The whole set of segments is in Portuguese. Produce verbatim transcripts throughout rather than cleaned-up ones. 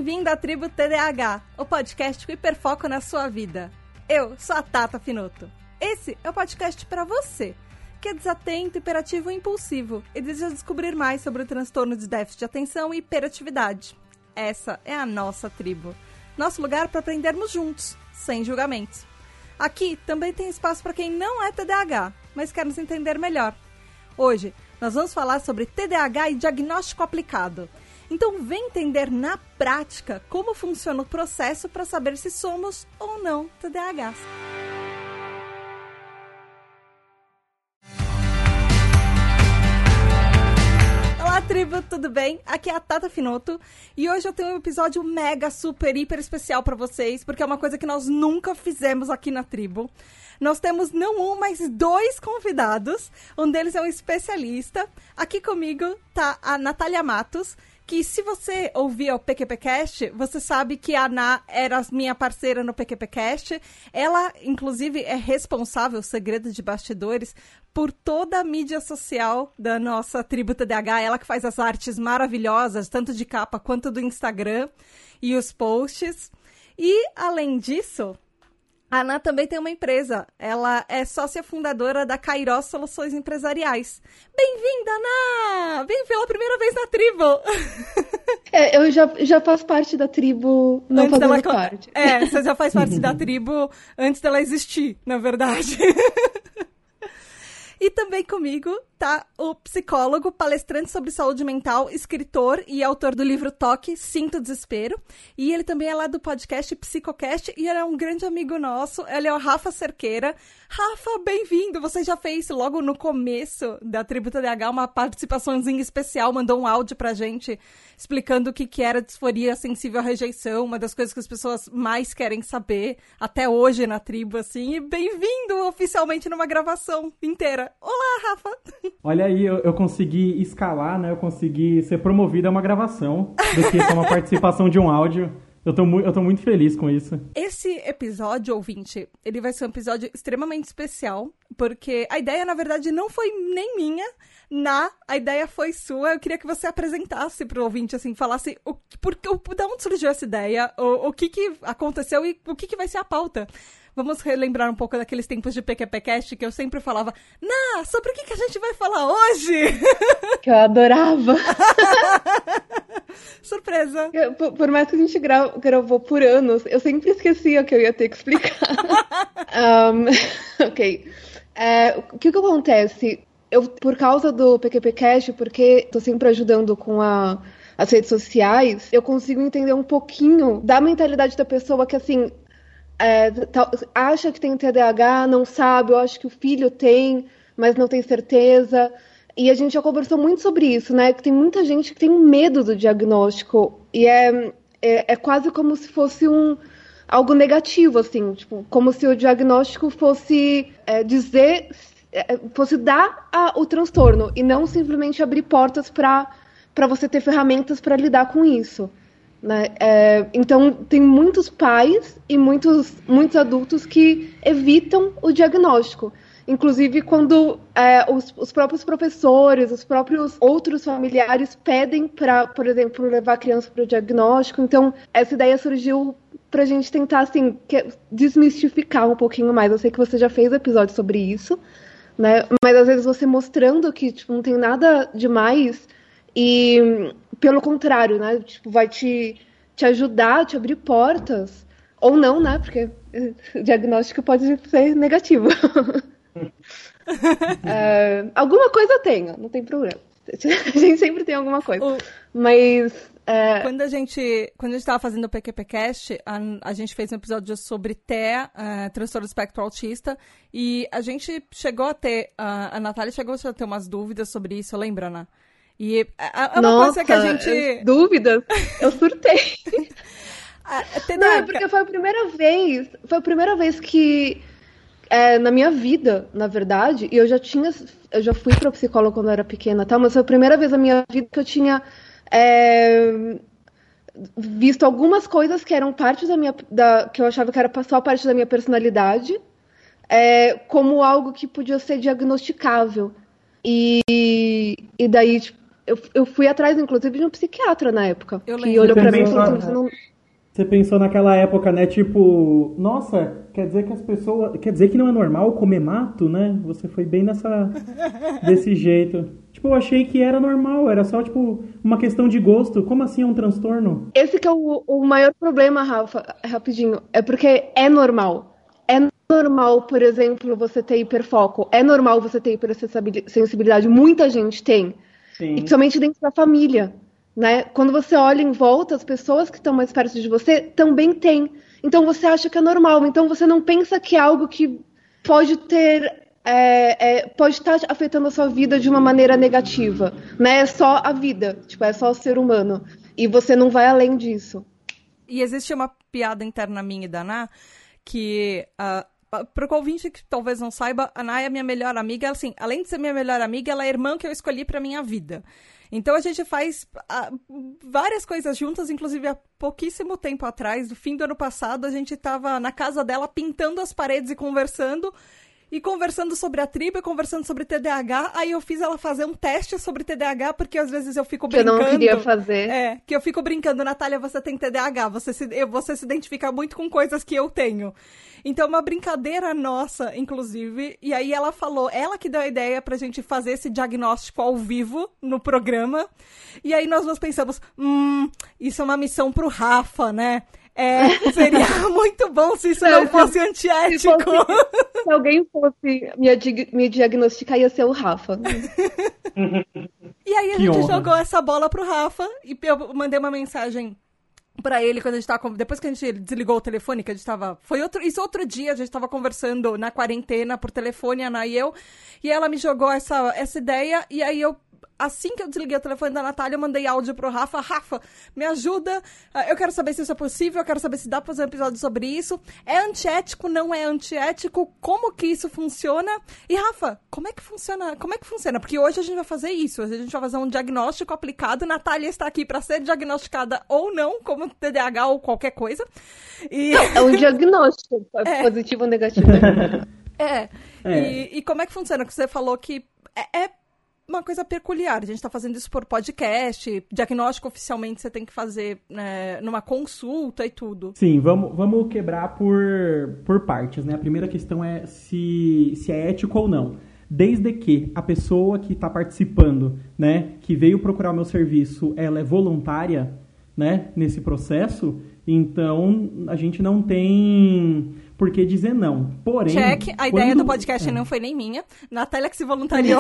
Bem-vindo à Tribo T D A H, o podcast com hiperfoco na sua vida. Eu sou a Tata Finoto. Esse é o podcast para você, que é desatento, hiperativo e impulsivo e deseja descobrir mais sobre o transtorno de déficit de atenção e hiperatividade. Essa é a nossa tribo, nosso lugar para aprendermos juntos, sem julgamentos. Aqui também tem espaço para quem não é T D A H, mas quer nos entender melhor. Hoje, nós vamos falar sobre T D A H e diagnóstico aplicado. Então, vem entender na prática como funciona o processo para saber se somos ou não T D A Hs. Olá, tribo, tudo bem? Aqui é a Tata Finoto e hoje eu tenho um episódio mega, super, hiper especial para vocês, porque é uma coisa que nós nunca fizemos aqui na tribo. Nós temos não um, mas dois convidados. Um deles é um especialista. Aqui comigo tá a Natália Matos, que se você ouvir o PQPcast, você sabe que a Ana era minha parceira no PQPcast. Ela, inclusive, é responsável, segredo de bastidores, por toda a mídia social da nossa tribo T D A H. Ela que faz as artes maravilhosas, tanto de capa quanto do Instagram e os posts. E, além disso, a Ana também tem uma empresa. Ela é sócia fundadora da Kairos Soluções Empresariais. Bem-vinda, Ana! Bem pela primeira vez na tribo! É, eu já, já faço parte da tribo, não antes fazendo dela... parte. É, você já faz parte da tribo antes dela existir, na verdade. E também comigo tá o psicólogo, palestrante sobre saúde mental, escritor e autor do livro Toque, Sinto Desespero. E ele também é lá do podcast Psicocast e ele é um grande amigo nosso. Ele é o Rafa Cerqueira. Rafa, bem-vindo! Você já fez logo no começo da Tribo T D A H uma participaçãozinha especial, mandou um áudio pra gente explicando o que, que era disforia sensível à rejeição, uma das coisas que as pessoas mais querem saber até hoje na tribo, assim. E bem-vindo oficialmente numa gravação inteira. Olá, Rafa! Olha aí, eu, eu consegui escalar, né? Eu consegui ser promovido a uma gravação do que só uma participação de um áudio. Eu tô, mu- eu tô muito feliz com isso. Esse episódio, ouvinte, ele vai ser um episódio extremamente especial, porque a ideia, na verdade, não foi nem minha, na, a ideia foi sua. Eu queria que você apresentasse pro ouvinte, assim, falasse o, por, o, de onde surgiu essa ideia, o, o que que aconteceu e o que que vai ser a pauta. Vamos relembrar um pouco daqueles tempos de PQPcast que eu sempre falava, Ná, sobre o que, que a gente vai falar hoje? Que eu adorava. Surpresa. Eu, por, por mais que a gente gra- gravou por anos, eu sempre esquecia que eu ia ter que explicar. um, ok. É, o que que acontece? Eu, por causa do PQPcast, porque tô sempre ajudando com a, as redes sociais, eu consigo entender um pouquinho da mentalidade da pessoa que, assim... É, tá, acha que tem T D A H, não sabe, eu acho que o filho tem, mas não tem certeza. E a gente já conversou muito sobre isso, né? Que tem muita gente que tem medo do diagnóstico. E é, é, é quase como se fosse um, algo negativo, assim. Tipo, como se o diagnóstico fosse é, dizer, é, fosse dar a, o transtorno e não simplesmente abrir portas para para você ter ferramentas para lidar com isso. Né? É, então, tem muitos pais e muitos, muitos adultos que evitam o diagnóstico. Inclusive, quando é, os, os próprios professores, os próprios outros familiares pedem para, por exemplo, levar a criança para o diagnóstico. Então, essa ideia surgiu para a gente tentar assim, que, desmistificar um pouquinho mais. Eu sei que você já fez episódio sobre isso, né? Mas às vezes você mostrando que tipo, não tem nada demais e... Pelo contrário, né? Tipo, vai te, te ajudar, te abrir portas. Ou não, né? Porque o diagnóstico pode ser negativo. é, alguma coisa eu tenho, não tem problema. A gente sempre tem alguma coisa. O... Mas... É... Quando a gente quando a gente estava fazendo o PQPcast, a, a gente fez um episódio sobre T E A, uh, transtorno do espectro autista, e a gente chegou a ter... Uh, a Natália chegou a ter umas dúvidas sobre isso, lembra, Ana? E é uma Nossa, coisa que a gente... dúvidas? Eu surtei. a, Não, é porque foi a primeira vez, foi a primeira vez que, é, na minha vida, na verdade, e eu já tinha, eu já fui pra psicóloga quando eu era pequena, tá? Mas foi a primeira vez na minha vida que eu tinha é, visto algumas coisas que eram parte da minha, da, que eu achava que era só parte da minha personalidade, é, como algo que podia ser diagnosticável. E, e daí, tipo, eu, eu fui atrás, inclusive, de um psiquiatra na época. Eu que lembro. olhou Você pra mim e pensou- falou assim, você não... Você pensou naquela época, né? Tipo, nossa, quer dizer que as pessoas. Quer dizer que não é normal comer mato, né? Você foi bem nessa. desse jeito. Tipo, eu achei que era normal, era só, tipo, uma questão de gosto. Como assim é um transtorno? Esse que é o, o maior problema, Rafa, rapidinho, é porque é normal. É normal, por exemplo, você ter hiperfoco. É normal você ter hipersensibilidade. Muita gente tem. Sim. E principalmente dentro da família, né? Quando você olha em volta, as pessoas que estão mais perto de você também têm. Então você acha que é normal. Então você não pensa que é algo que pode ter... É, é, pode estar afetando a sua vida de uma maneira negativa, né? É só a vida, tipo, é só o ser humano. E você não vai além disso. E existe uma piada interna minha e da Ana, que, uh, para o ouvinte que talvez não saiba, a Ana é minha melhor amiga. Assim, além de ser minha melhor amiga, ela é a irmã que eu escolhi para minha vida. Então a gente faz uh, várias coisas juntas, inclusive há pouquíssimo tempo atrás, no fim do ano passado, a gente estava na casa dela pintando as paredes e conversando, e conversando sobre a tribo, e conversando sobre T D A H. Aí eu fiz ela fazer um teste sobre T D A H, porque às vezes eu fico Que eu brincando. não queria fazer. É, que eu fico brincando, Natália, você tem T D A H, você se, eu- você se identifica muito com coisas que eu tenho. Então, uma brincadeira nossa, inclusive, e aí ela falou, ela que deu a ideia pra gente fazer esse diagnóstico ao vivo no programa, e aí nós duas pensamos, hum, isso é uma missão pro Rafa, né? É, seria muito bom se isso não, Não, fosse se- antiético. Se, fosse- se alguém fosse me, dig- me diagnosticar, ia ser o Rafa. E aí a Que gente honra. jogou essa bola pro Rafa, e eu mandei uma mensagem pra ele quando a gente tava... con- Depois que a gente desligou o telefone, que a gente tava... Foi outro, isso outro dia, a gente tava conversando na quarentena por telefone, a Ana e eu, e ela me jogou essa, essa ideia, e aí eu... Assim que eu desliguei o telefone da Natália, eu mandei áudio pro Rafa. Rafa, me ajuda. ah, Eu quero saber se isso é possível. Eu quero saber se dá pra fazer um episódio sobre isso. É antiético? Não é antiético? Como que isso funciona? E, Rafa, como é que funciona? Como é que funciona? Porque hoje a gente vai fazer isso. Hoje a gente vai fazer um diagnóstico aplicado. Natália está aqui pra ser diagnosticada ou não, como T D A H ou qualquer coisa. E... É um diagnóstico, É. positivo ou negativo. É. É. E, e como é que funciona? Que você falou que é, é uma coisa peculiar. A gente tá fazendo isso por podcast, diagnóstico oficialmente você tem que fazer né, numa consulta e tudo. Sim, vamos, vamos quebrar por, por partes, né? A primeira questão é se, se é ético ou não. Desde que a pessoa que está participando, né, que veio procurar o meu serviço, ela é voluntária, né, nesse processo, então a gente não tem por que dizer não. Porém, Check, a ideia quando- do podcast é. não foi nem minha. Natália que se voluntariou.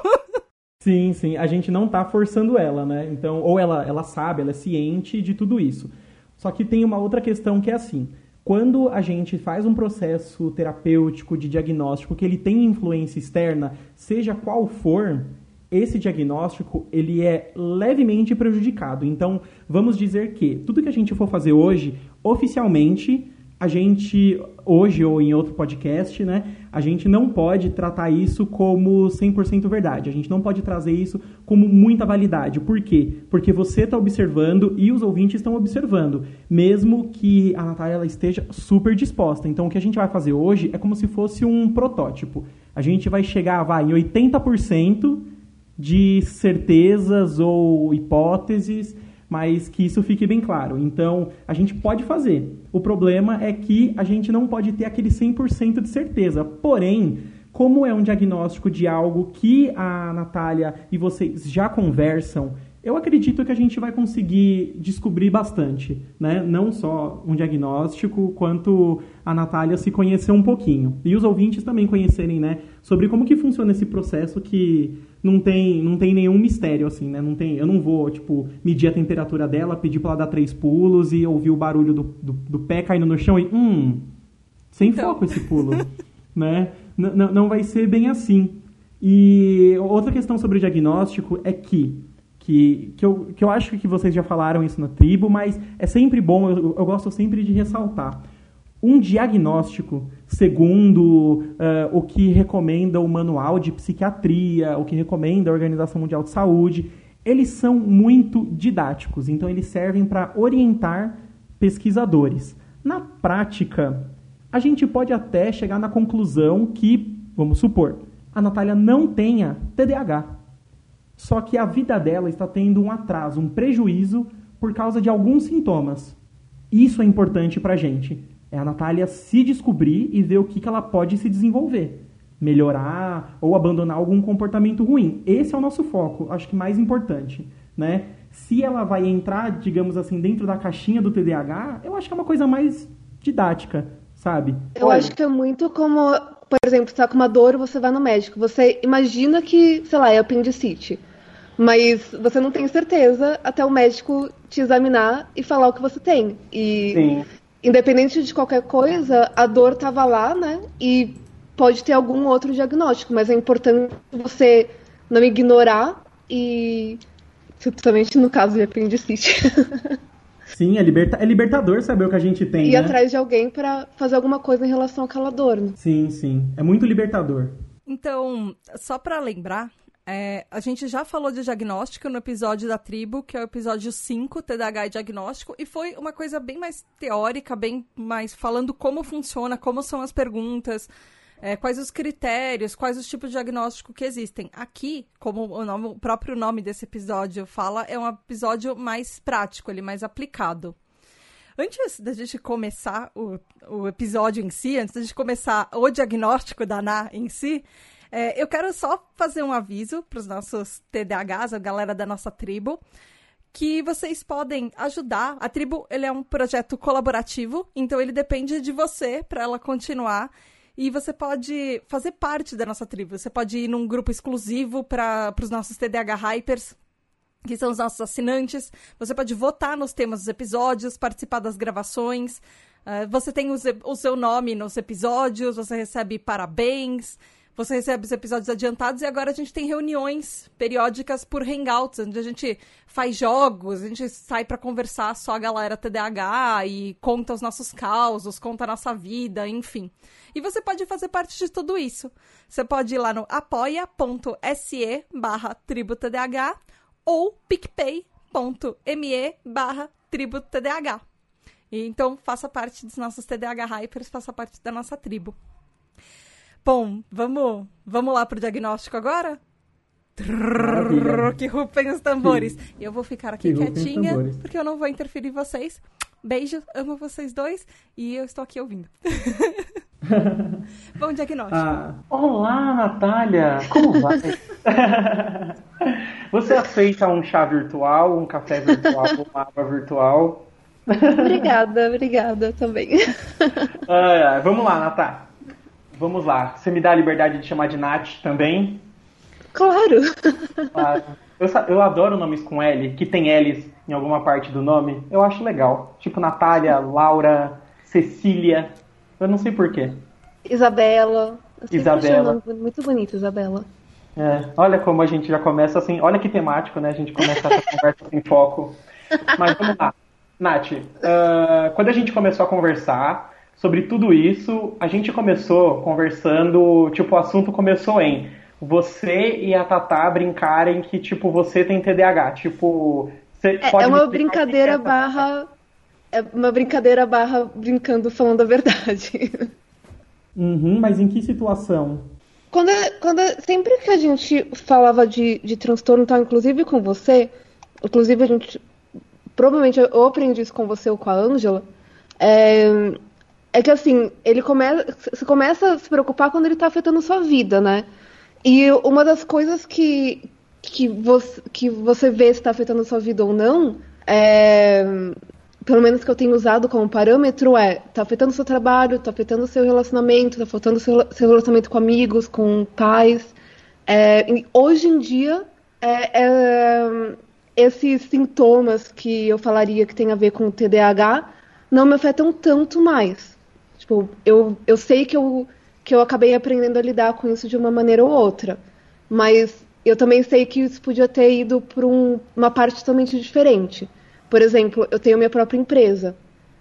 Sim, sim. A gente não tá forçando ela, né? Então, ou ela, ela sabe, ela é ciente de tudo isso. Só que tem uma outra questão que é assim. Quando a gente faz um processo terapêutico de diagnóstico que ele tem influência externa, seja qual for, esse diagnóstico ele é levemente prejudicado. Então, vamos dizer que tudo que a gente for fazer hoje, oficialmente, a gente, hoje ou em outro podcast, né, a gente não pode tratar isso como cem por cento verdade. A gente não pode trazer isso como muita validade. Por quê? Porque você está observando e os ouvintes estão observando, mesmo que a Natália ela esteja super disposta. Então, o que a gente vai fazer hoje é como se fosse um protótipo. A gente vai chegar vai, em oitenta por cento de certezas ou hipóteses, mas que isso fique bem claro. Então, a gente pode fazer. O problema é que a gente não pode ter aquele cem por cento de certeza. Porém, como é um diagnóstico de algo que a Natália e vocês já conversam, eu acredito que a gente vai conseguir descobrir bastante, né? Não só um diagnóstico, quanto a Natália se conhecer um pouquinho. E os ouvintes também conhecerem, né? Sobre como que funciona esse processo que não tem, não tem nenhum mistério, assim, né? Não tem, eu não vou, tipo, medir a temperatura dela, pedir pra ela dar três pulos e ouvir o barulho do, do, do pé caindo no chão e, hum, sem Então. foco esse pulo, né? N- n- não vai ser bem assim. E outra questão sobre o diagnóstico é que Que, que, eu, que eu acho que vocês já falaram isso na tribo, mas é sempre bom, eu, eu gosto sempre de ressaltar. Um diagnóstico, segundo uh, o que recomenda o Manual de Psiquiatria, o que recomenda a Organização Mundial de Saúde, eles são muito didáticos, então eles servem para orientar pesquisadores. Na prática, a gente pode até chegar na conclusão que, vamos supor, a Natália não tenha T D A H. só que a vida dela está tendo um atraso, um prejuízo por causa de alguns sintomas. Isso é importante pra gente. É a Natália se descobrir e ver o que, que ela pode se desenvolver. Melhorar ou abandonar algum comportamento ruim. Esse é o nosso foco, acho que mais importante, né? Se ela vai entrar, digamos assim, dentro da caixinha do T D A H, eu acho que é uma coisa mais didática, sabe? Eu Olha, acho que é muito como, por exemplo, você tá com uma dor e você vai no médico. Você imagina que, sei lá, é apendicite. Mas você não tem certeza até o médico te examinar e falar o que você tem. E, Sim. independente de qualquer coisa, a dor tava lá, né? E pode ter algum outro diagnóstico, mas é importante você não ignorar e, principalmente no caso de apendicite, sim, é, liberta- é libertador saber o que a gente tem, ir né? atrás de alguém pra fazer alguma coisa em relação àquela dor, né? Sim, sim. É muito libertador. Então, só para lembrar, é, a gente já falou de diagnóstico no episódio da tribo, que é o episódio cinco, T D A H e diagnóstico, e foi uma coisa bem mais teórica, bem mais falando como funciona, como são as perguntas, é, quais os critérios, quais os tipos de diagnóstico que existem. Aqui, como o, nome, o próprio nome desse episódio fala, é um episódio mais prático, ele mais aplicado. Antes da gente começar o, o episódio em si, antes da gente começar o diagnóstico da Ná em si, é, eu quero só fazer um aviso para os nossos T D A Hs, a galera da nossa tribo, que vocês podem ajudar. A tribo, ele é um projeto colaborativo, então ele depende de você para ela continuar. E você pode fazer parte da nossa tribo. Você pode ir num grupo exclusivo para os nossos T D A H Hypers, que são os nossos assinantes. Você pode votar nos temas dos episódios, participar das gravações. Uh, você tem o, o seu nome nos episódios, você recebe parabéns, você recebe os episódios adiantados. E agora a gente tem reuniões periódicas por Hangouts, onde a gente faz jogos, a gente sai para conversar só a galera T D A H e conta os nossos causos, conta a nossa vida, enfim. E você pode fazer parte de tudo isso. Você pode ir lá no apoia.se barra tributdh ou picpay.me barra tributdh. E então, faça parte dos nossos T D A H Hypers, faça parte da nossa tribo. Bom, vamos, vamos lá pro diagnóstico agora? Trrr, que rufem os tambores. E eu vou ficar aqui Que rufem os quietinha, tambores. porque eu não vou interferir em vocês. Beijo, amo vocês dois e eu estou aqui ouvindo. Bom diagnóstico. Ah, Olá, Natália! Como vai? Você aceita um chá virtual, um café virtual, uma água virtual? Obrigada, obrigada também. Ah, é. Vamos lá, Natália. Vamos lá. Você me dá a liberdade de chamar de Nath também? Claro. Claro. Eu, sa- eu adoro nomes com L, que tem L's em alguma parte do nome. Eu acho legal. Tipo Natália, Laura, Cecília. Eu não sei porquê. Isabela. Eu sempre achei Isabela. um nome muito bonito, Isabela. É, olha como a gente já começa assim. Olha que temático, né? A gente começa essa conversa sem foco. Mas vamos lá. Nath, ah, quando a gente começou a conversar sobre tudo isso, a gente começou conversando, tipo, o assunto começou em você e a Tatá brincarem que, tipo, você tem T D A H. Tipo, você É, pode é me uma explicar o que brincadeira é essa- barra. É uma brincadeira barra brincando falando a verdade. uhum, mas em que situação? Quando, é- quando é- sempre que a gente falava de, de transtorno, tá, inclusive com você, inclusive a gente. Provavelmente eu aprendi isso com você ou com a Ângela. É, é que assim, ele começa. Você começa a se preocupar quando ele tá afetando sua vida, né? E uma das coisas que, que, você, que você vê se está afetando a sua vida ou não, é, pelo menos que eu tenho usado como parâmetro, é tá afetando o seu trabalho, tá afetando o seu relacionamento, tá afetando o seu, seu relacionamento com amigos, com pais. É, e hoje em dia, é, é, esses sintomas que eu falaria que tem a ver com o T D A H não me afetam tanto mais. Tipo, eu, eu sei que eu, que eu acabei aprendendo a lidar com isso de uma maneira ou outra, mas eu também sei que isso podia ter ido por um, uma parte totalmente diferente. Por exemplo, eu tenho minha própria empresa.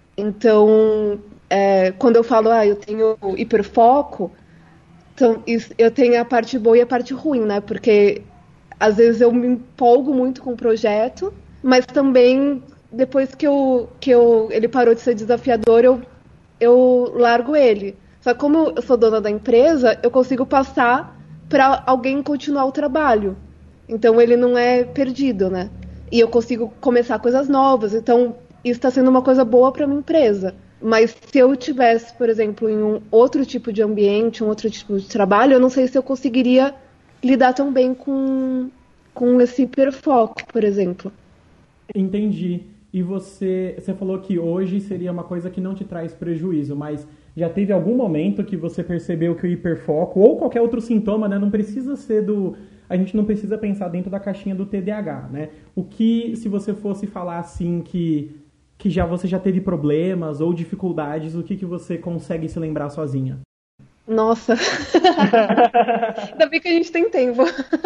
Então, é, quando eu falo, ah, eu tenho hiperfoco, então, isso, eu tenho a parte boa e a parte ruim, né? Porque às vezes eu me empolgo muito com o projeto, mas também depois que, eu, que eu, ele parou de ser desafiador, eu, eu largo ele. Só que como eu sou dona da empresa, eu consigo passar para alguém continuar o trabalho. Então ele não é perdido, né? E eu consigo começar coisas novas. Então isso está sendo uma coisa boa para minha empresa. Mas se eu tivesse, por exemplo, em um outro tipo de ambiente, um outro tipo de trabalho, eu não sei se eu conseguiria lidar tão bem com, com esse hiperfoco, por exemplo. Entendi. E você, você falou que hoje seria uma coisa que não te traz prejuízo, mas já teve algum momento que você percebeu que o hiperfoco, ou qualquer outro sintoma, né, não precisa ser do... A gente não precisa pensar dentro da caixinha do T D A H, né? O que, se você fosse falar assim que... que já você já teve problemas ou dificuldades, o que, que você consegue se lembrar sozinha? Nossa! Ainda bem que a gente tem tempo.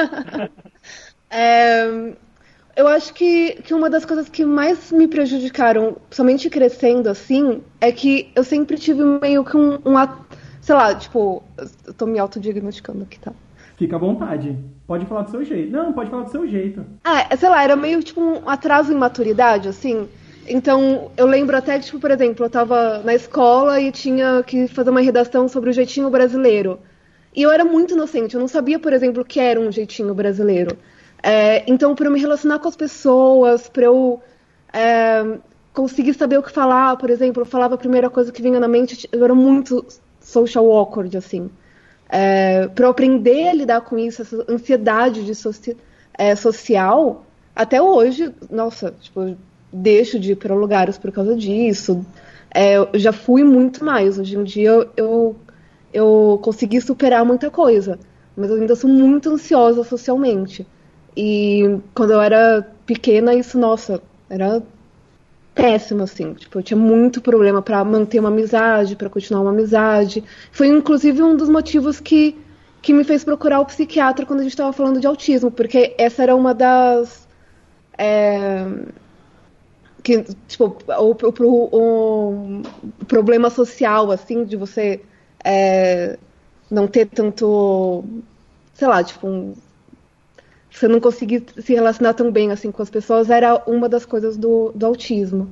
é, eu acho que, que uma das coisas que mais me prejudicaram, somente crescendo assim, é que eu sempre tive meio que um, um sei lá, tipo, eu tô me autodiagnosticando aqui, tá? Fica à vontade. Pode falar do seu jeito. Não, pode falar do seu jeito. Ah, sei lá, era meio tipo um atraso em maturidade, assim. Então, eu lembro até que, tipo, por exemplo, eu estava na escola e tinha que fazer uma redação sobre o jeitinho brasileiro. E eu era muito inocente, eu não sabia, por exemplo, o que era um jeitinho brasileiro. É, então, para eu me relacionar com as pessoas, para eu é, conseguir saber o que falar, por exemplo, eu falava a primeira coisa que vinha na mente, eu era muito social awkward, assim. É, para eu aprender a lidar com isso, essa ansiedade de soci, é, social, até hoje, nossa, tipo... deixo de ir para lugares por causa disso. É, eu já fui muito mais. Hoje em dia eu, eu, eu consegui superar muita coisa. Mas eu ainda sou muito ansiosa socialmente. E quando eu era pequena, isso, nossa, era péssimo, assim. Tipo, eu tinha muito problema para manter uma amizade, para continuar uma amizade. Foi, inclusive, um dos motivos que, que me fez procurar o psiquiatra quando a gente estava falando de autismo. Porque essa era uma das... É, que, tipo, o, o, o, o problema social, assim, de você é, não ter tanto, sei lá, tipo, um, você não conseguir se relacionar tão bem, assim, com as pessoas, era uma das coisas do, do autismo.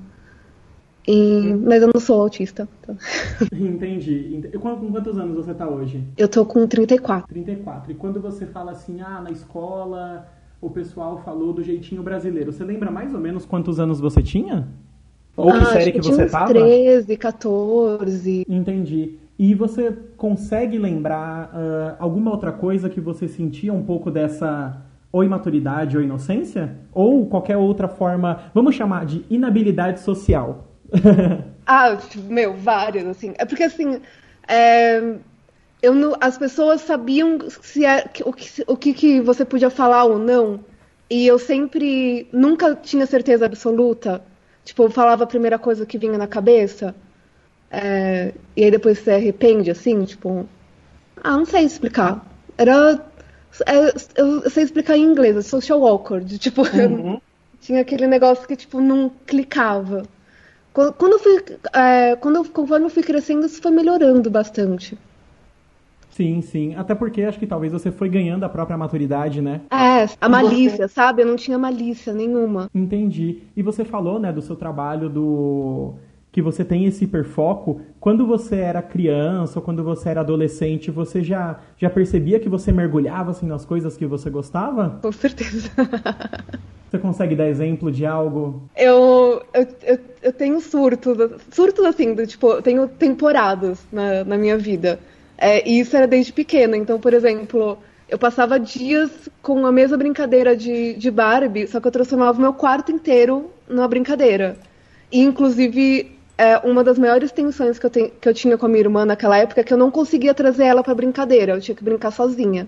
E, mas eu não sou autista. Então. Entendi. E com quantos anos você tá hoje? Eu tô com trinta e quatro. trinta e quatro. E quando você fala assim, ah, na escola... o pessoal falou do jeitinho brasileiro. Você lembra mais ou menos quantos anos você tinha? Ou que ah, série que, que você estava? treze, quatorze. Entendi. E você consegue lembrar uh, alguma outra coisa que você sentia um pouco dessa ou imaturidade ou inocência? Ou qualquer outra forma, vamos chamar de inabilidade social? ah, tipo, meu, várias, assim. É porque, assim... É... Eu não, as pessoas sabiam se é, o, que, o que, que você podia falar ou não. E eu sempre... Nunca tinha certeza absoluta. Tipo, eu falava a primeira coisa que vinha na cabeça. É, e aí depois você arrepende, assim, tipo... Ah, não sei explicar. Era... É, eu sei explicar em inglês, social awkward. Tipo, uhum. Tinha aquele negócio que, tipo, não clicava. Quando, quando eu fui... É, quando eu, conforme eu fui crescendo, isso foi melhorando bastante. Sim, sim. Até porque acho que talvez você foi ganhando a própria maturidade, né? É, a malícia, você... sabe? Eu não tinha malícia nenhuma. Entendi. E você falou, né, do seu trabalho, do... que você tem esse hiperfoco. Quando você era criança ou quando você era adolescente, você já, já percebia que você mergulhava, assim, nas coisas que você gostava? Com certeza. Você consegue dar exemplo de algo? Eu, eu, eu, eu tenho surtos, surtos assim, do, tipo, eu tenho temporadas na, na minha vida. É, e isso era desde pequena. Então, por exemplo, eu passava dias com a mesma brincadeira de, de Barbie, só que eu transformava o meu quarto inteiro numa brincadeira. E, inclusive, é, uma das maiores tensões que eu, te, que eu tinha com a minha irmã naquela época é que eu não conseguia trazer ela pra brincadeira. Eu tinha que brincar sozinha.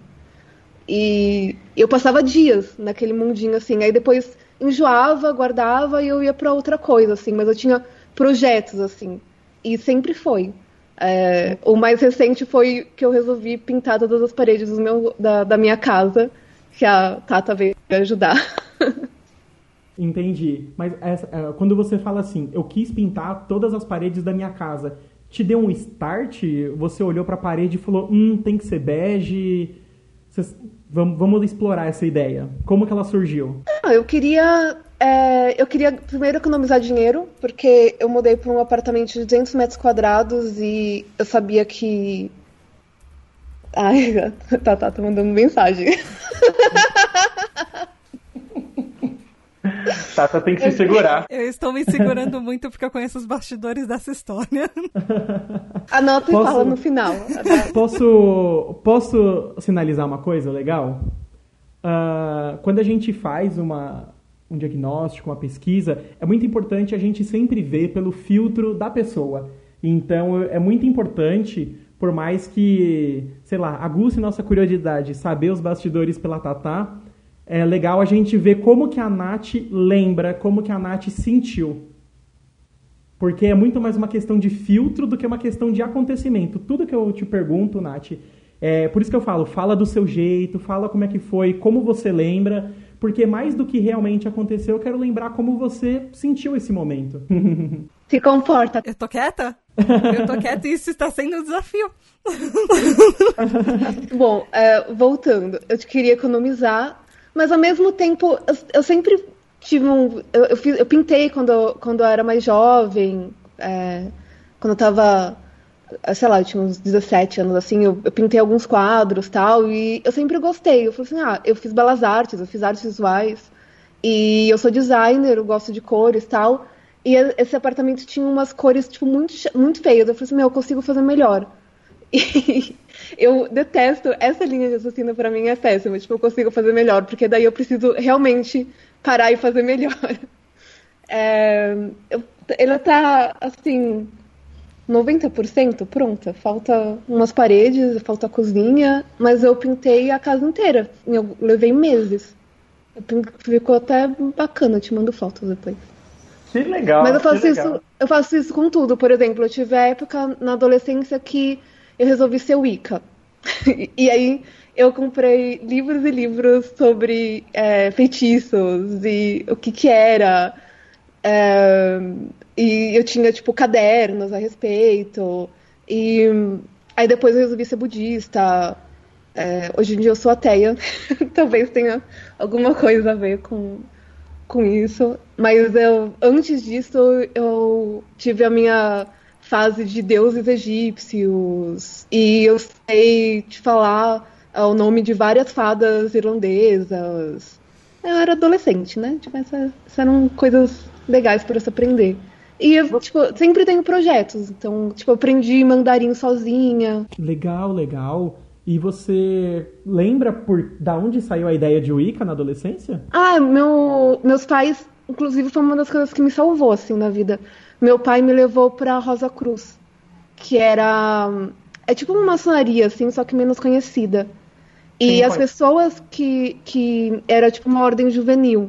E eu passava dias naquele mundinho, assim. Aí depois enjoava, guardava e eu ia pra outra coisa, assim. Mas eu tinha projetos, assim. E sempre foi. É, o mais recente foi que eu resolvi pintar todas as paredes do meu, da, da minha casa, que a Tata veio ajudar. Entendi. Mas essa, quando você fala assim, eu quis pintar todas as paredes da minha casa, te deu um start? Você olhou para a parede e falou, hum, tem que ser bege? Vocês, vamos, vamos explorar essa ideia. Como que ela surgiu? Ah, eu queria... É, eu queria primeiro economizar dinheiro, porque eu mudei para um apartamento de duzentos metros quadrados e eu sabia que... Ai, tá, tá, tá mandando mensagem. Tata tem que se segurar. Eu estou me segurando muito porque eu conheço os bastidores dessa história. Anota e Posso- fala no final. Posso, posso sinalizar uma coisa legal? Ah, quando a gente faz uma, um diagnóstico, uma pesquisa, é muito importante a gente sempre ver pelo filtro da pessoa. Então, é muito importante, por mais que, sei lá, aguce nossa curiosidade, saber os bastidores pela Tatá, é legal a gente ver como que a Nath lembra, como que a Nath sentiu. Porque é muito mais uma questão de filtro do que uma questão de acontecimento. Tudo que eu te pergunto, Nath, é por isso que eu falo, fala do seu jeito, fala como é que foi, como você lembra, porque mais do que realmente aconteceu, eu quero lembrar como você sentiu esse momento. Se comporta. Eu tô quieta? Eu tô quieta e isso está sendo um desafio. Bom, é, voltando, eu te queria economizar, mas ao mesmo tempo, eu, eu sempre tive um. Eu, eu, fiz, eu pintei quando eu, quando eu era mais jovem, é, quando eu tava, sei lá, eu tinha uns dezessete anos assim, eu, eu pintei alguns quadros e tal, e eu sempre gostei. Eu falei assim, ah, eu fiz belas artes, eu fiz artes visuais, e eu sou designer, eu gosto de cores e tal, e esse apartamento tinha umas cores, tipo, muito, muito feias. Eu falei assim, meu, eu consigo fazer melhor. E eu detesto essa linha de raciocínio, pra mim é péssima, tipo, eu consigo fazer melhor, porque daí eu preciso realmente parar e fazer melhor. É, eu, ela tá, assim, noventa por cento pronta, falta umas paredes, falta a cozinha, mas eu pintei a casa inteira, eu levei meses. Eu pin- Ficou até bacana, eu te mando fotos depois. Que legal. Mas eu faço que legal. isso, eu faço isso com tudo. Por exemplo, eu tive a época na adolescência que eu resolvi ser Wicca. E aí eu comprei livros e livros sobre é, feitiços e o que que era. É, e eu tinha, tipo, cadernos a respeito. E aí depois eu resolvi ser budista. É, hoje em dia eu sou ateia. Talvez tenha alguma coisa a ver com, com isso. Mas eu, antes disso, eu tive a minha fase de deuses egípcios. E eu sei te falar é, o nome de várias fadas irlandesas. Eu era adolescente, né? Tipo, essa, essas eram coisas legais para se aprender. E eu, tipo, sempre tenho projetos. Então, tipo, eu aprendi mandarim sozinha. Legal, legal. E você lembra por da onde saiu a ideia de Wicca na adolescência? Ah, meu, meus pais, inclusive, foi uma das coisas que me salvou, assim, na vida. Meu pai me levou pra Rosa Cruz, que era... É tipo uma maçonaria, assim, só que menos conhecida. E Sim, as pode. pessoas que... que era, tipo, uma ordem juvenil.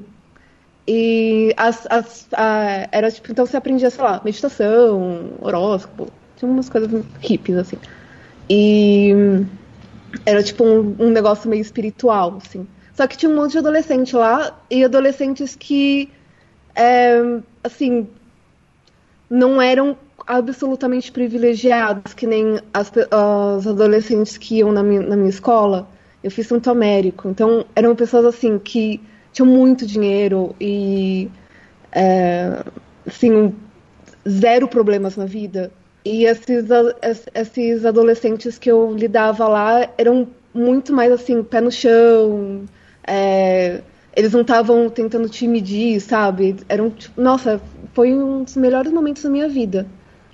E as, as, a, era, tipo, então você aprendia, sei lá, meditação, horóscopo, tinha umas coisas hippies, assim. E... Era tipo um, um negócio meio espiritual, assim. Só que tinha um monte de adolescente lá, e adolescentes que, é, assim, não eram absolutamente privilegiados, que nem as, as adolescentes que iam na minha, na minha escola. Eu fiz Santo Américo, então eram pessoas, assim, que tinham muito dinheiro e, é, assim, zero problemas na vida. E esses, esses adolescentes que eu lidava lá eram muito mais, assim, pé no chão. É, eles não estavam tentando te medir, sabe? Eram, tipo, nossa, foi um dos melhores momentos da minha vida.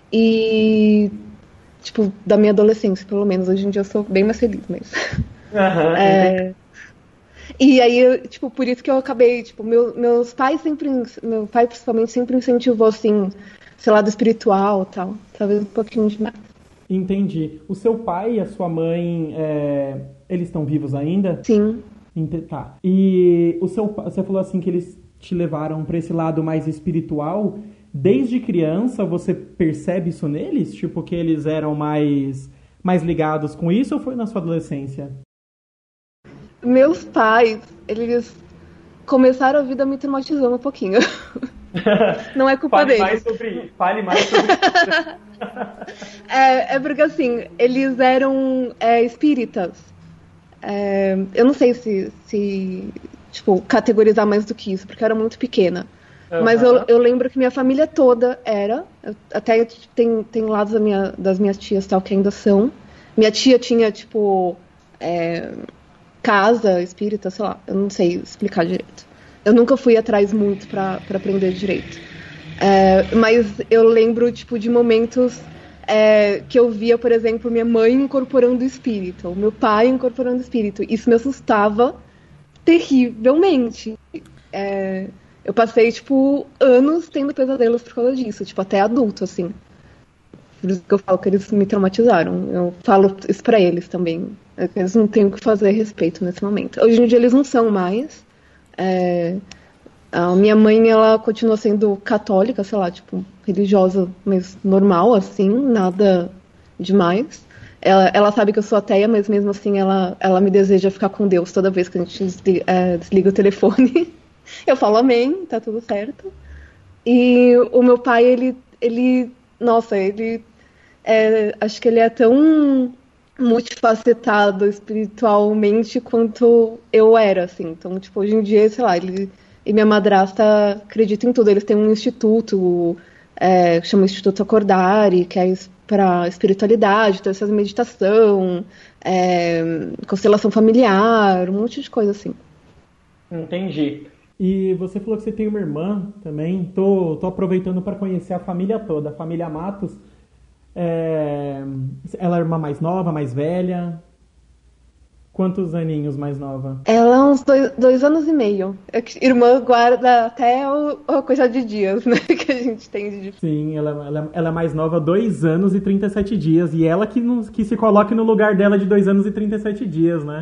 E, tipo, da minha adolescência, pelo menos. Hoje em dia eu sou bem mais feliz, mas... Aham, É, e aí, eu, tipo, por isso que eu acabei, tipo, meu, meus pais sempre, meu pai principalmente sempre incentivou, assim, sei lá, do espiritual e tal. Talvez um pouquinho demais. Entendi. O seu pai e a sua mãe, é, eles estão vivos ainda? Sim. Ente- Tá. E o seu, pa- você falou assim que eles te levaram para esse lado mais espiritual. Desde criança, você percebe isso neles? Tipo, que eles eram mais, mais ligados com isso ou foi na sua adolescência? Meus pais, eles começaram a vida me traumatizando um pouquinho. Não é culpa Fale deles. mais sobre. Fale mais sobre. É, é porque, assim, eles eram é, espíritas. É, eu não sei se, se, tipo, categorizar mais do que isso, porque eu era muito pequena. Uhum. Mas eu, eu lembro que minha família toda era. Eu, até tem, tem lados da minha, das minhas tias tal, que ainda são. Minha tia tinha, tipo, é, casa espírita, sei lá, eu não sei explicar direito. eu nunca fui atrás muito pra, pra aprender direito. É, mas eu lembro, tipo, de momentos é, que eu via, por exemplo, minha mãe incorporando o espírito, ou meu pai incorporando o espírito. Isso me assustava terrivelmente. É, eu passei, tipo, anos tendo pesadelos por causa disso, tipo, até adulto, assim. Por isso que eu falo que eles me traumatizaram. Eu falo isso pra eles também. Eles não têm o que fazer a respeito nesse momento. Hoje em dia eles não são mais. É, a minha mãe, ela continua sendo católica, sei lá, tipo, religiosa, mas normal, assim, nada demais. Ela, ela sabe que eu sou ateia, mas mesmo assim ela, ela me deseja ficar com Deus toda vez que a gente desliga, é, desliga o telefone. Eu falo amém, tá tudo certo. E o meu pai, ele, ele nossa, ele é, acho que ele é tão multifacetado espiritualmente quanto eu era, assim. Então, tipo, hoje em dia, sei lá, ele e minha madrasta acreditam em tudo. Eles têm um instituto, é, chama Instituto Acordare, que é para espiritualidade, então essas meditação, é, constelação familiar, um monte de coisa assim. Entendi. E você falou que você tem uma irmã também. Tô, tô aproveitando para conhecer a família toda. A família Matos. É... Ela é a irmã mais nova, mais velha? Quantos aninhos mais nova? Ela é uns dois, dois anos e meio. Irmã guarda até o, a coisa de dias, né? Que a gente tem de... Sim, ela, ela, ela é mais nova, dois anos e trinta e sete dias. E ela que, no, que se coloque no lugar dela de dois anos e trinta e sete dias, né?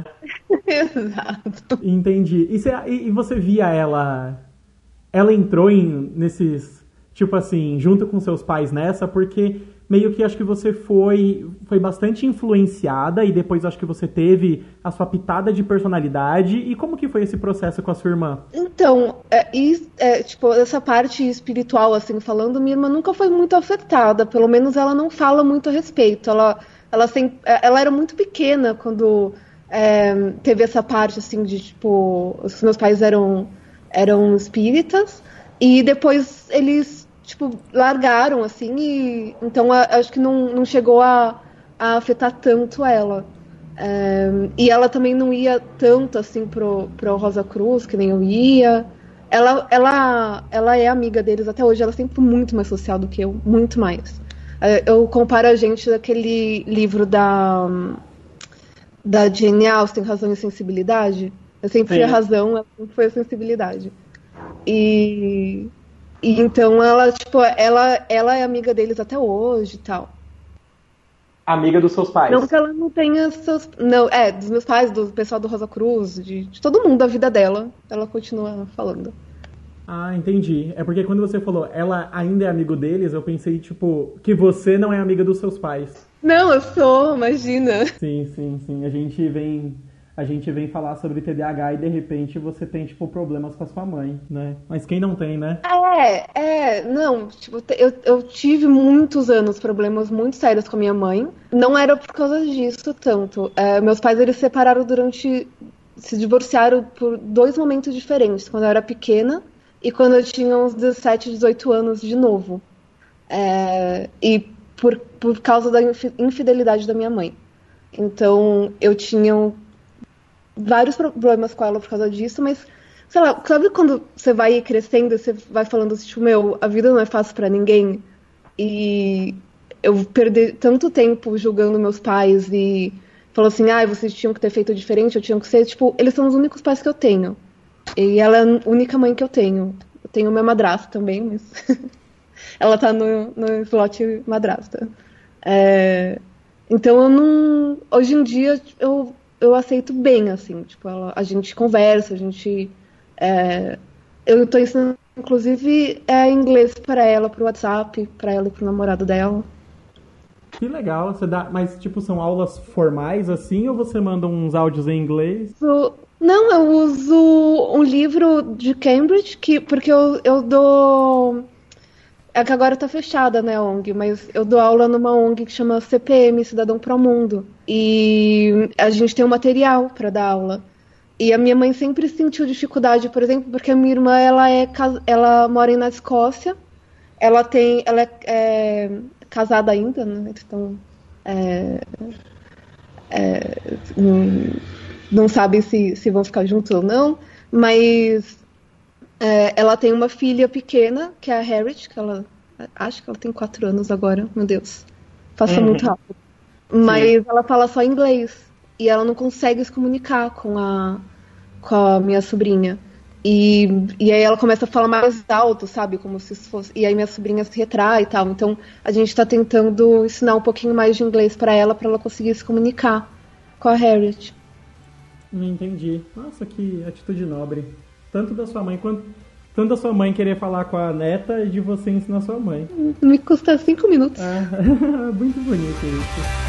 Exato. Entendi. E você, e você via ela... Ela entrou em, nesses... Tipo assim, junto com seus pais nessa, porque... meio que acho que você foi, foi bastante influenciada e depois acho que você teve a sua pitada de personalidade. E como que foi esse processo com a sua irmã? Então, é, e, é, tipo, essa parte espiritual, assim, falando, minha irmã nunca foi muito afetada. Pelo menos ela não fala muito a respeito. Ela, ela, sempre, ela era muito pequena quando é, teve essa parte, assim, de, tipo, os meus pais eram, eram espíritas. E depois eles... tipo, largaram, assim, e então a, acho que não, não chegou a, a afetar tanto ela. É, e ela também não ia tanto, assim, pro, pro Rosa Cruz, que nem eu ia. Ela, ela, ela é amiga deles até hoje, ela é sempre muito mais social do que eu, muito mais. É, eu comparo a gente daquele livro da, da Jane Austen, Razão e Sensibilidade. Eu sempre fui a razão, ela sempre foi a sensibilidade. E... E então ela, tipo, ela, ela é amiga deles até hoje e tal. Amiga dos seus pais? Não que ela não tenha seus... Não, é, dos meus pais, do pessoal do Rosa Cruz, de, de todo mundo da vida dela, ela continua falando. Ah, entendi. É porque quando você falou ela ainda é amigo deles, eu pensei, tipo, que você não é amiga dos seus pais. Não, eu sou, imagina. Sim, sim, sim. A gente vem... A gente vem falar sobre T D A H e de repente você tem, tipo, problemas com a sua mãe, né? Mas quem não tem, né? É, é, não, tipo, eu, eu tive muitos anos problemas muito sérios com a minha mãe. Não era por causa disso tanto. É, meus pais, eles se separaram durante... Se divorciaram por dois momentos diferentes. Quando eu era pequena e quando eu tinha uns dezessete, dezoito anos de novo. É, e por, por causa da infidelidade da minha mãe. Então, eu tinha... vários problemas com ela por causa disso, mas, sei lá, sabe quando você vai crescendo e você vai falando assim, tipo, meu, a vida não é fácil pra ninguém? E eu perdi tanto tempo julgando meus pais e falou assim, ah, vocês tinham que ter feito diferente, eu tinha que ser, tipo, eles são os únicos pais que eu tenho. E ela é a única mãe que eu tenho. Eu tenho minha madrasta também, mas ela tá no, no slot madrasta. É... Então eu não... Hoje em dia, eu... eu aceito bem, assim, tipo, ela, a gente conversa, a gente... É, eu tô ensinando, inclusive, é, inglês para ela, pro WhatsApp, para ela e pro namorado dela. Que legal, você dá, mas, tipo, são aulas formais, assim, ou você manda uns áudios em inglês? So, não, eu uso um livro de Cambridge, que, porque eu, eu dou... É que agora tá fechada, né, a ONG, mas eu dou aula numa ONG que chama C P M, Cidadão Pro Mundo. E a gente tem um material para dar aula. E a minha mãe sempre sentiu dificuldade, por exemplo, porque a minha irmã, ela, é, ela mora na Escócia, ela, tem, ela é, é casada ainda, né, então é, é, não, não sabe se, se vão ficar juntos ou não, mas É, ela tem uma filha pequena, que é a Harriet, que ela... Acho que ela tem quatro anos agora, meu Deus. Passa Uhum. muito rápido. Mas Sim. ela fala só inglês. E ela não consegue se comunicar com a, com a minha sobrinha. E, e aí ela começa a falar mais alto, sabe? Como se fosse... E aí minha sobrinha se retrai e tal. Então a gente tá tentando ensinar um pouquinho mais de inglês pra ela, pra ela conseguir se comunicar com a Harriet. Entendi. Nossa, que atitude nobre. Tanto da sua mãe quanto... Tanto da sua mãe querer falar com a neta e de você ensinar sua mãe. Me custa cinco minutos. Ah, muito bonito isso.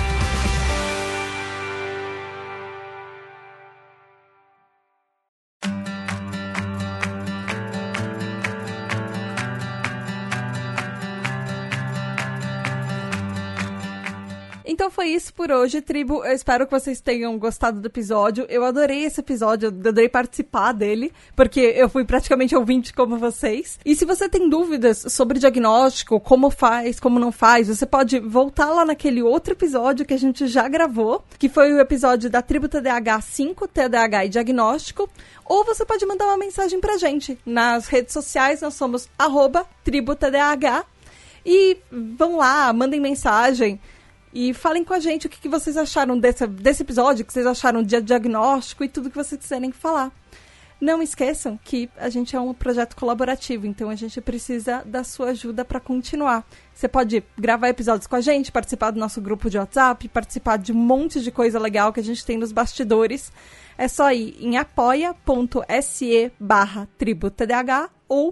Então foi isso por hoje, tribo. Eu espero que vocês tenham gostado do episódio. Eu adorei esse episódio, eu adorei participar dele, porque eu fui praticamente ouvinte como vocês. E se você tem dúvidas sobre diagnóstico, como faz, como não faz, você pode voltar lá naquele outro episódio que a gente já gravou, que foi o episódio da Tribo T D A H cinco, T D A H e diagnóstico. Ou você pode mandar uma mensagem pra gente. Nas redes sociais nós somos arroba Tribo T D A H. E vão lá, mandem mensagem. E falem com a gente o que, que vocês acharam desse, desse episódio, o que vocês acharam de diagnóstico e tudo que vocês quiserem falar. Não esqueçam que a gente é um projeto colaborativo, então a gente precisa da sua ajuda para continuar. Você pode gravar episódios com a gente, participar do nosso grupo de WhatsApp, participar de um monte de coisa legal que a gente tem nos bastidores. É só ir em apoia.se barra tributdh ou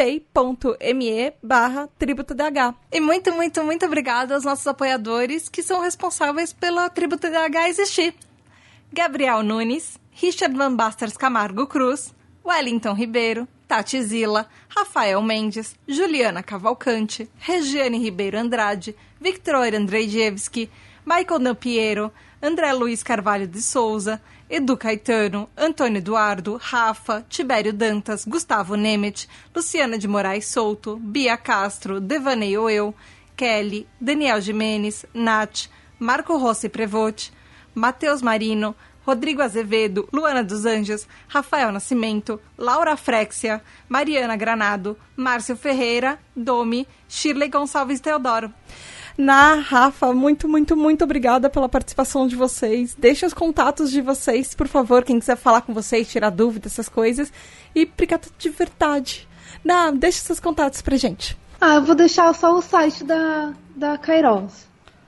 picpay.me barra tributdh. E muito, muito, muito obrigada aos nossos apoiadores que são responsáveis pela Tribo T D A H existir. Gabriel Nunes, Richard Van Basters Camargo Cruz, Wellington Ribeiro, Tati Zila, Rafael Mendes, Juliana Cavalcante, Regiane Ribeiro Andrade, Victor Andrzejewski, Michael Nampiero, André Luiz Carvalho de Souza, Edu Caetano, Antônio Eduardo, Rafa, Tibério Dantas, Gustavo Nemet, Luciana de Moraes Souto, Bia Castro, Devaneio Eu, Kelly, Daniel Jimenez, Nath, Marco Rossi Prevote, Matheus Marino, Rodrigo Azevedo, Luana dos Anjos, Rafael Nascimento, Laura Frexia, Mariana Granado, Márcio Ferreira, Domi, Shirley Gonçalves Teodoro. Na Rafa, muito, muito, muito obrigada pela participação de vocês. Deixe os contatos de vocês, por favor, quem quiser falar com vocês, tirar dúvidas, essas coisas. E obrigada de verdade. Na, deixe seus contatos pra gente. Ah, eu vou deixar só o site da, da Kairos.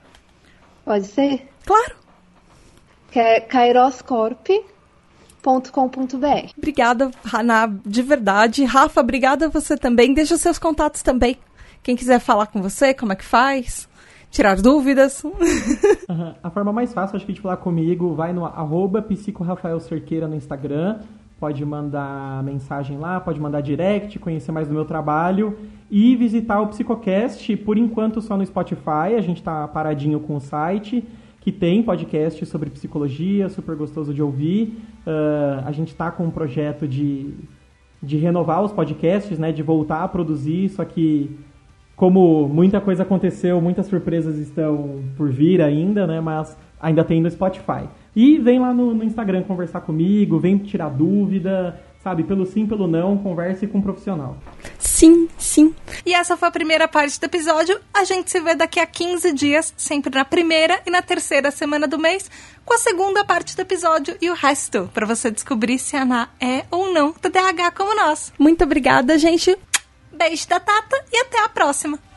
Pode ser? Claro. Que é kairoscorp ponto com ponto b r. Obrigada, Haná, de verdade. Rafa, obrigada a você também. Deixa seus contatos também. Quem quiser falar com você, como é que faz? Tirar dúvidas. Uhum. A forma mais fácil, acho que de falar comigo, vai no arroba psicorafaelcerqueira no Instagram. Pode mandar mensagem lá, pode mandar direct, conhecer mais do meu trabalho e visitar o Psicocast, por enquanto só no Spotify. A gente tá paradinho com o site, que tem podcast sobre psicologia, super gostoso de ouvir. Uh, a gente tá com um projeto de, de renovar os podcasts, né, de voltar a produzir, só que como muita coisa aconteceu, muitas surpresas estão por vir ainda, né? Mas ainda tem no Spotify. E vem lá no, no Instagram conversar comigo, vem tirar dúvida, sabe? Pelo sim, pelo não, converse com um profissional. Sim, sim. E essa foi a primeira parte do episódio. A gente se vê daqui a quinze dias, sempre na primeira e na terceira semana do mês, com a segunda parte do episódio e o resto, para você descobrir se a Ana é ou não T D A H como nós. Muito obrigada, gente. Beijo da Tata e até a próxima!